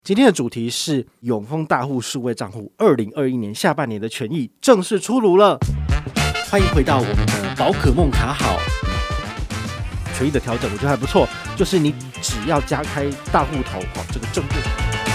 今天的主题是永丰大户数位账户2021年下半年的权益正式出炉了。欢迎回到我们的宝可梦卡好。权益的调整我觉得还不错，就是你只要加开大户头这个证券。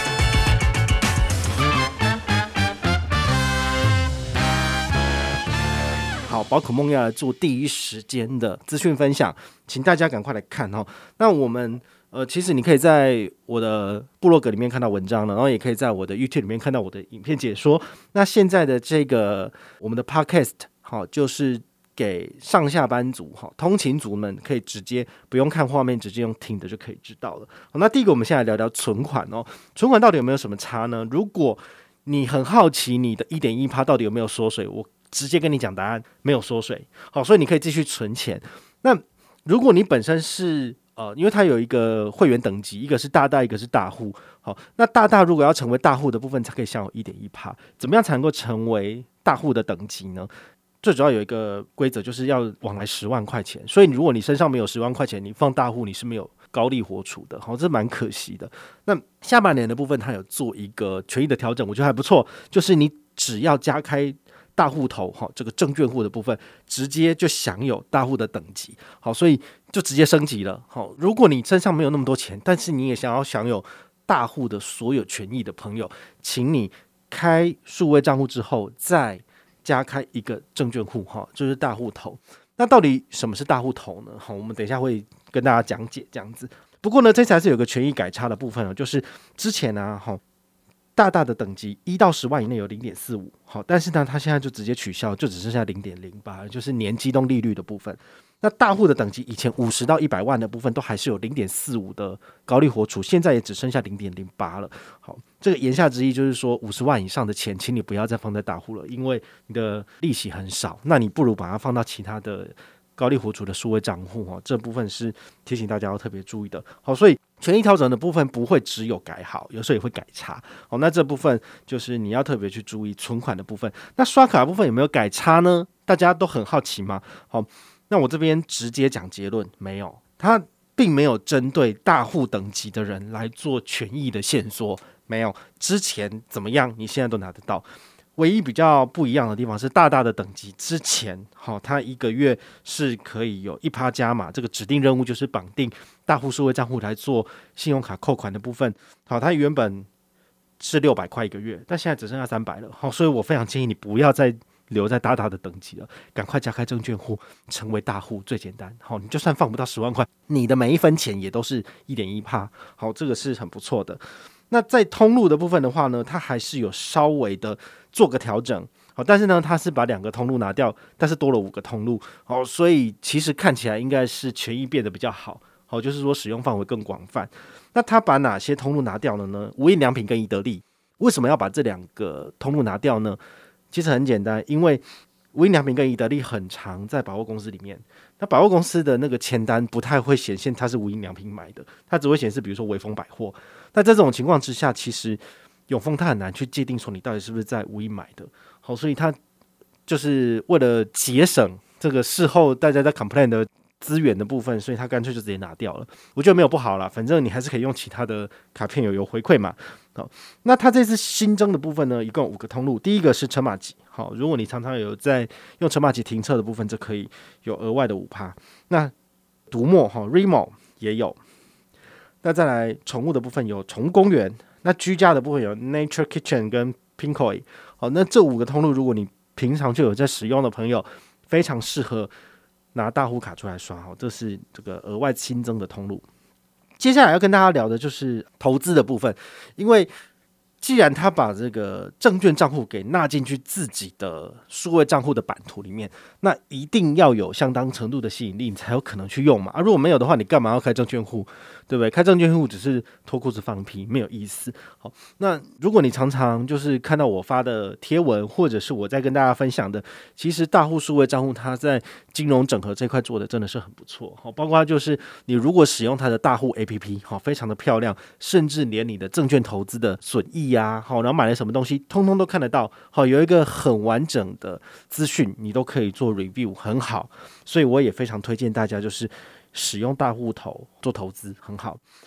好，宝可梦要来做第一时间的资讯分享，请大家赶快来看哦。那我们其实你可以在我的部落格里面看到文章了，然后也可以在我的 YouTube 里面看到我的影片解说。那现在的这个我们的 Podcast 就是给上下班族通勤族们可以直接不用看画面，直接用听的就可以知道了。那第一个我们先来聊聊存款哦，存款到底有没有什么差呢？如果你很好奇你的 1.1% 到底有没有缩水，我直接跟你讲答案，没有缩水。好，所以你可以继续存钱。那如果你本身是因为它有一个会员等级，一个是大大，一个是大户。好，那大如果要成为大户的部分，才可以享有 1.1%。怎么样才能够成为大户的等级呢？最主要有一个规则，就是要往来10万块钱。所以如果你身上没有10万块钱，你放大户你是没有高利活储的。好，这蛮可惜的。那下半年的部分，它有做一个权益的调整，我觉得还不错，就是你只要加开大户头这个证券户的部分，直接就享有大户的等级。好，所以就直接升级了。好，如果你身上没有那么多钱，但是你也想要享有大户的所有权益的朋友，请你开数位账户之后再加开一个证券户，就是大户头。那到底什么是大户头呢？我们等一下会跟大家讲解这样子。不过呢，这次还是有个权益改差的部分，就是之前大的等级1到10万以内有 0.45， 好，但是呢，它现在就直接取消，就只剩下 0.08， 就是年机动利率的部分。那大户的等级以前50到100万的部分都还是有 0.45 的高利活储，现在也只剩下 0.08 了。好，这个言下之意就是说50万以上的钱，请你不要再放在大户了，因为你的利息很少，那你不如把它放到其他的高利活储的数位账户，这部分是提醒大家要特别注意的。好，所以权益调整的部分不会只有改好，有时候也会改差。好，那这部分就是你要特别去注意存款的部分。那刷卡的部分有没有改差呢？大家都很好奇吗？好，那我这边直接讲结论，没有，它并没有针对大户等级的人来做权益的限缩，没有，之前怎么样，你现在都拿得到。唯一比较不一样的地方是大的等级之前，它1个月是可以有1%加码，这个指定任务就是绑定大户数位账户来做信用卡扣款的部分。好，它原本是600块1个月，但现在只剩下300了。好，所以我非常建议你不要再留在大的等级了，赶快加开证券户，成为大户最简单。好，你就算放不到10万块，你的每一分钱也都是 1.1%。好，这个是很不错的。那在通路的部分的话呢，它还是有稍微的做个调整。好，但是呢，它是把2个通路拿掉，但是多了5个通路。好，所以其实看起来应该是权益变得比较好。好，就是说使用范围更广泛。那它把哪些通路拿掉了呢？无印良品跟宜得利。为什么要把这2个通路拿掉呢？其实很简单，因为无印良品跟宜得利很常在百货公司里面，那百货公司的那个签单不太会显现它是无印良品买的，它只会显示比如说微风百货。那在这种情况之下，其实永丰它很难去界定说你到底是不是在无印买的。好，所以它就是为了节省这个事后大家在 complain 的资源的部分，所以他干脆就直接拿掉了。我觉得没有不好啦，反正你还是可以用其他的卡片有回馈嘛。好，那他这次新增的部分呢，一共5个通路。第一个是车马集，好，如果你常常有在用车马集停车的部分，这可以有额外的5%。那读墨Remo 也有。那再来宠物的部分有宠物公园，那居家的部分有 Nature Kitchen 跟 Pinkoi。好，那这5个通路，如果你平常就有在使用的朋友，非常适合拿大户卡出来刷。好，这是这个额外新增的通路。接下来要跟大家聊的就是投资的部分，因为既然他把这个证券账户给纳进去自己的数位账户的版图里面，那一定要有相当程度的吸引力，你才有可能去用嘛。如果没有的话，你干嘛要开证券户？对不对？开证券户只是脱裤子放屁，没有意思。好，那如果你常常就是看到我发的贴文，或者是我在跟大家分享的，其实大户数位账户它在金融整合这块做的真的是很不错。好，包括就是你如果使用它的大户 APP， 好，非常的漂亮，甚至连你的证券投资的损益啊，好，然后买了什么东西，通通都看得到。好，有一个很完整的资讯，你都可以做 review， 很好。所以我也非常推荐大家就是使用大户头做投资，很好。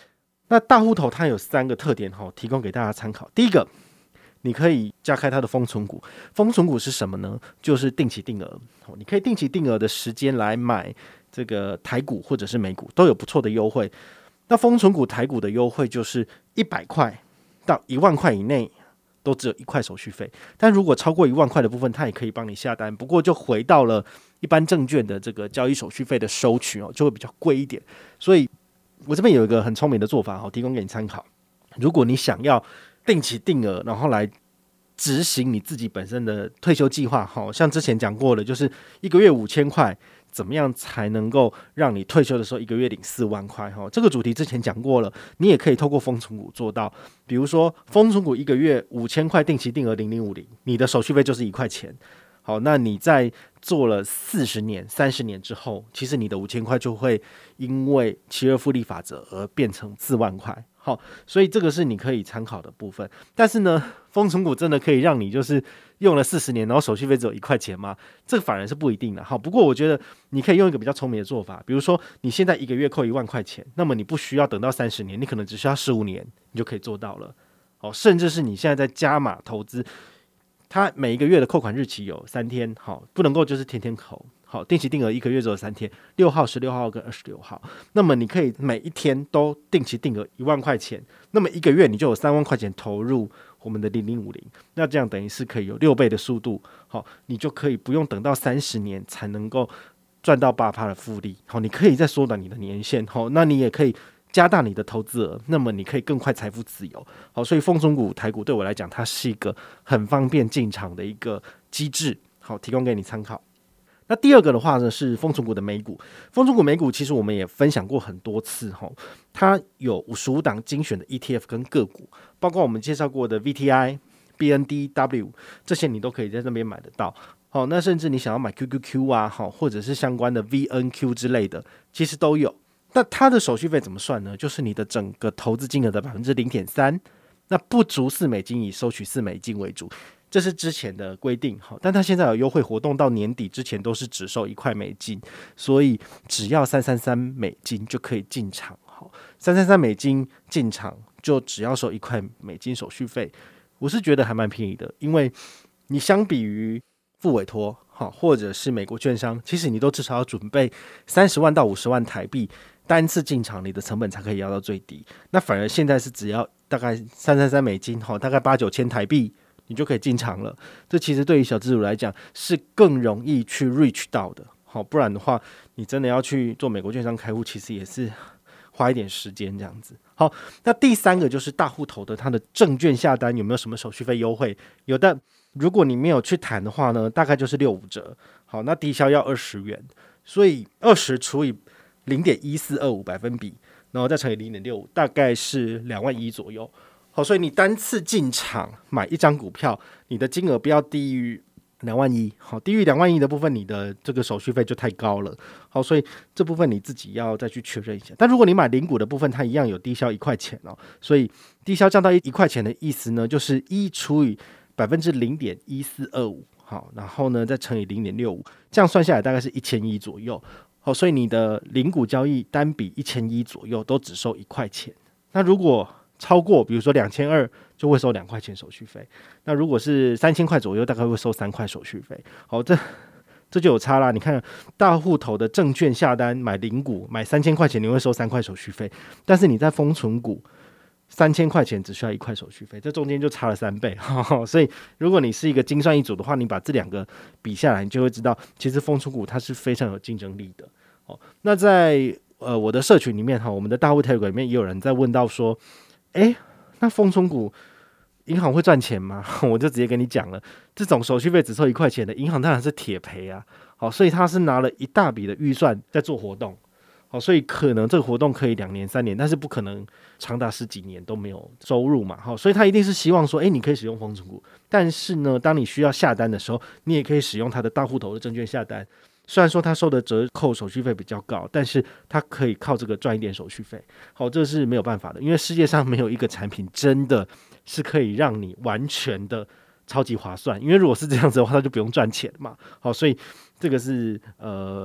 那大户头它有3个特点提供给大家参考。第一个，你可以加开它的封存股。封存股是什么呢？就是定期定额，你可以定期定额的时间来买这个台股或者是美股，都有不错的优惠。那封存股台股的优惠就是100块到1万块以内都只有1块手续费，但如果超过1万块的部分，它也可以帮你下单，不过就回到了一般证券的这个交易手续费的收取就会比较贵一点。所以我这边有一个很聪明的做法提供给你参考。如果你想要定期定额，然后来执行你自己本身的退休计划，像之前讲过的，就是1个月5000块，怎么样才能够让你退休的时候1个月领4万块？这个主题之前讲过了，你也可以透过封存股做到。比如说封存股1个月5000块定期定额0050，你的手续费就是1块钱。好，那你在做了40年、30年之后，其实你的5000块就会因为72复利法则而变成4万块。好，所以这个是你可以参考的部分。但是呢，封存股真的可以让你就是用了40年，然后手续费只有1块钱吗？这个反而是不一定的。好，不过我觉得你可以用一个比较聪明的做法，比如说你现在1个月扣1万块钱，那么你不需要等到30年，你可能只需要15年，你就可以做到了。好，甚至是你现在在加码投资，它每一个月的扣款日期有3天，好，不能够就是天天扣。好，定期定额1个月只有3天，6号、16号跟26号。那么你可以每一天都定期定额1万块钱，那么1个月你就有3万块钱投入我们的0050，那这样等于是可以有6倍的速度。好，你就可以不用等到30年才能够赚到8%的复利。好，你可以再缩短你的年限。好，那你也可以加大你的投资额，那么你可以更快财富自由。好，所以封存股台股对我来讲，它是一个很方便进场的一个机制。好，提供给你参考。那第二个的话呢，是封存股的美股。封存股美股其实我们也分享过很多次，它有55档精选的 ETF 跟个股，包括我们介绍过的 VTI、BNDW 这些你都可以在那边买得到。好，那甚至你想要买 QQQ 啊，或者是相关的 VNQ 之类的，其实都有。那它的手续费怎么算呢？就是你的整个投资金额的 0.3%， 那不足$4，以收取$4为主。这是之前的规定，但它现在有优惠活动，到年底之前都是只收$1，所以只要$333就可以进场。$333进场就只要收$1手续费，我是觉得还蛮便宜的，因为你相比于副委托或者是美国券商，其实你都至少要准备30万到50万台币，单次进场你的成本才可以压到最低。那反而现在是只要大概$333，大概8-9千台币。你就可以进场了，这其实对于小资主来讲是更容易去 reach 到的。好，不然的话，你真的要去做美国券商开户，其实也是花一点时间这样子。好，那第三个就是大户头的它的证券下单有没有什么手续费优惠？有的，如果你没有去谈的话呢，大概就是65折。好，那低消要20元，所以20除以0.1425百分比，然后再乘以0.65，大概是2万1左右。好，所以你单次进场买一张股票，你的金额不要低于2万1。好，低于2万1的部分，你的这个手续费就太高了。好，所以这部分你自己要再去确认一下。但如果你买零股的部分，它一样有低消1块钱哦。所以低消降到1块钱的意思呢，就是1除以0.1425，好，然后呢再乘以0.65，这样算下来大概是1100左右。好，所以你的零股交易单笔1100左右都只收1块钱。那如果超过比如说2200就会收2块钱手续费，那如果是3000块左右大概会收3块手续费。好，这就有差啦。你看大户头的证券下单买零股买3000块钱你会收3块手续费，但是你在封存股3000块钱只需要1块手续费，这中间就差了3倍。所以如果你是一个精算一族的话，你把这两个比下来，你就会知道其实封存股它是非常有竞争力的。那在我的社群里面，我们的大户 Telegram 里面也有人在问到说，那封存股银行会赚钱吗？我就直接跟你讲了，这种手续费只收1块钱的，银行当然是铁赔啊。好，所以他是拿了一大笔的预算在做活动。好，所以可能这个活动可以2年3年，但是不可能长达10几年都没有收入嘛。好，所以他一定是希望说，你可以使用封存股，但是呢，当你需要下单的时候，你也可以使用他的大户头的证券下单。虽然说他收的折扣手续费比较高，但是他可以靠这个赚一点手续费。好，这是没有办法的，因为世界上没有一个产品真的是可以让你完全的超级划算，因为如果是这样子的话，他就不用赚钱嘛。好，所以这个是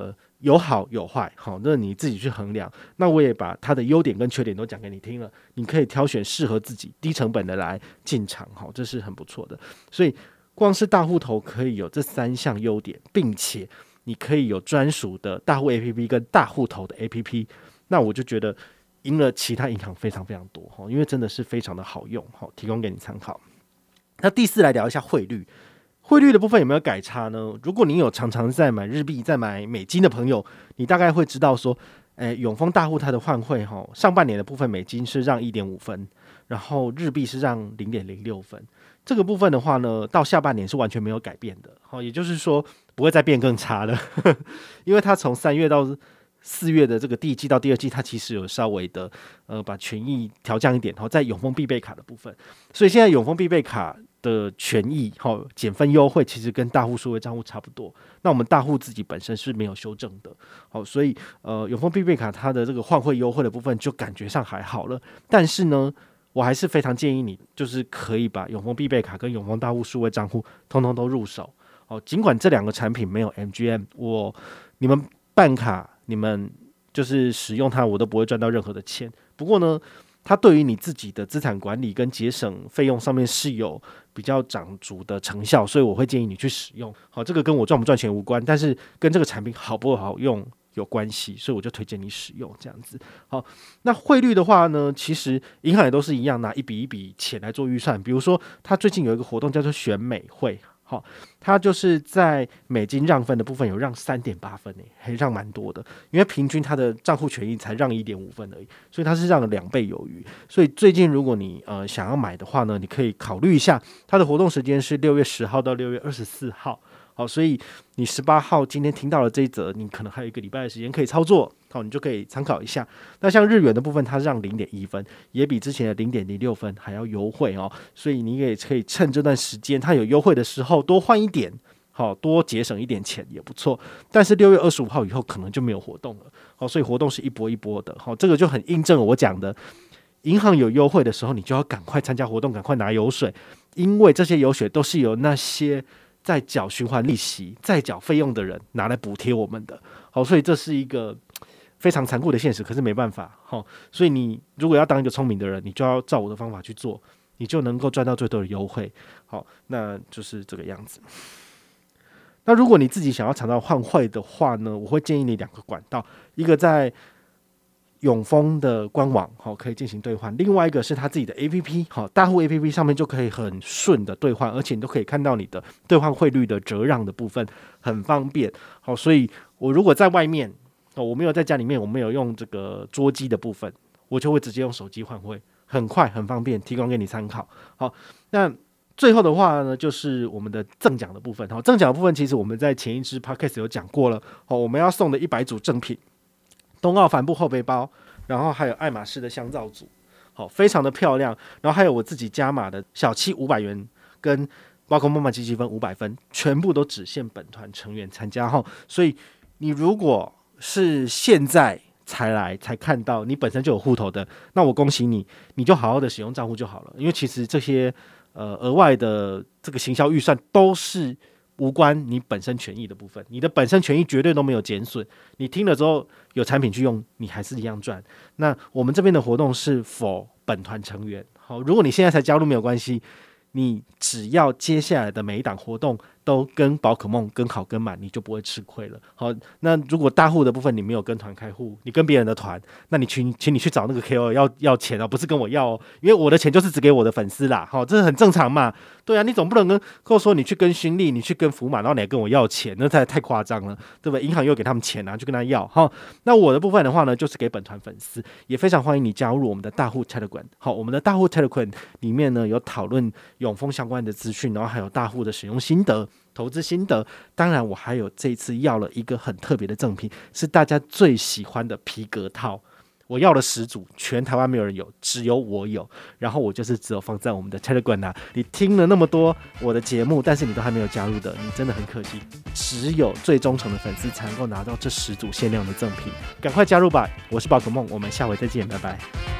有好有坏，好，那你自己去衡量。那我也把它的优点跟缺点都讲给你听了，你可以挑选适合自己低成本的来进场，好，这是很不错的。所以光是大户头可以有这3项优点，并且你可以有专属的大户 APP 跟大户头的 APP， 那我就觉得赢了其他银行非常非常多，因为真的是非常的好用，提供给你参考。那第4来聊一下汇率。汇率的部分有没有改差呢？如果你有常常在买日币、在买美金的朋友，你大概会知道说，永丰大户它的换汇上半年的部分美金是让 1.5 分，然后日币是让 0.06 分。这个部分的话呢，到下半年是完全没有改变的，也就是说不会再变更差了，因为它从3月到4月的这个第1季到第2季，它其实有稍微的把权益调降一点，在永丰必备卡的部分，所以现在永丰必备卡的权益减分优惠其实跟大户数位账户差不多，那我们大户自己本身是没有修正的，所以永丰必备卡它的这个换汇优惠的部分就感觉上还好了，但是呢我还是非常建议你就是可以把永丰必备卡跟永丰大户数位账户通通都入手，尽管这2个产品没有 MGM， 你们办卡你们就是使用它我都不会赚到任何的钱，不过呢它对于你自己的资产管理跟节省费用上面是有比较长足的成效，所以我会建议你去使用。好，这个跟我赚不赚钱无关，但是跟这个产品好不好用有关系，所以我就推荐你使用这样子。好，那汇率的话呢，其实银行也都是一样，拿一笔钱来做预算。比如说，它最近有一个活动叫做选美汇。好，它就是在美金让分的部分有让 3.8 分，还让蛮多的，因为平均它的账户权益才让 1.5 分而已，所以它是让了2倍有余。所以最近如果你想要买的话呢，你可以考虑一下，它的活动时间是6月10号到6月24号。好，所以你18号今天听到了这一则，你可能还有1个礼拜的时间可以操作，好，你就可以参考一下。那像日元的部分，它让 0.1 分，也比之前的 0.06 分还要优惠哦，所以你也可以趁这段时间它有优惠的时候多换一点，好，多节省一点钱也不错。但是6月25号以后可能就没有活动了，好，所以活动是一波一波的，好，这个就很印证我讲的，银行有优惠的时候，你就要赶快参加活动，赶快拿油水，因为这些油水都是由那些在缴循环利息、在缴费用的人拿来补贴我们的，好，所以这是一个非常残酷的现实，可是没办法，所以你如果要当一个聪明的人，你就要照我的方法去做，你就能够赚到最多的优惠。好，那就是这个样子。那如果你自己想要尝到换汇的话呢，我会建议你2个管道，一个在永丰的官网可以进行兑换，另外一个是他自己的 APP， 大户 APP 上面就可以很顺的兑换，而且你都可以看到你的兑换汇率的折让的部分，很方便。好，所以我如果在外面，我没有在家里面，我没有用这个桌机的部分，我就会直接用手机换汇，很快很方便，提供给你参考。好，那最后的话呢，就是我们的赠奖的部分。赠奖的部分其实我们在前一支 podcast 有讲过了，我们要送的100组赠品，冬奥帆布后背包，然后还有爱马仕的香皂组，好，非常的漂亮。然后还有我自己加码的小七500元跟包括梦梦积积分500分，全部都只限本团成员参加。所以你如果是现在才看到，你本身就有户头的，那我恭喜你，你就好好的使用账户就好了。因为其实这些额外的这个行销预算都是无关你本身权益的部分，你的本身权益绝对都没有减损，你听了之后有产品去用，你还是一样赚。那我们这边的活动是 for 本团成员，好，如果你现在才加入没有关系，你只要接下来的每一档活动都跟宝可梦跟好跟满，你就不会吃亏了。好，那如果大户的部分你没有跟团开户，你跟别人的团，那你请你去找那个 KOL 要钱哦，不是跟我要哦，因为我的钱就是只给我的粉丝啦。好，这是很正常嘛。对啊，你总不能跟我说你去跟勋利，你去跟福马，然后你还跟我要钱，那太夸张了，对不对？银行又给他们钱啊，就跟他要。好，那我的部分的话呢，就是给本团粉丝，也非常欢迎你加入我们的大户 Telegram。好，我们的大户 Telegram 里面呢有讨论永丰相关的资讯，然后还有大户的使用心得、投资心得，当然我还有这一次要了一个很特别的赠品，是大家最喜欢的皮革套，我要了10组，全台湾没有人有，只有我有，然后我就是只有放在我们的 Telegram 啊。你听了那么多我的节目，但是你都还没有加入的，你真的很可惜，只有最忠诚的粉丝才能够拿到这10组限量的赠品，赶快加入吧！我是宝可梦，我们下回再见，拜拜。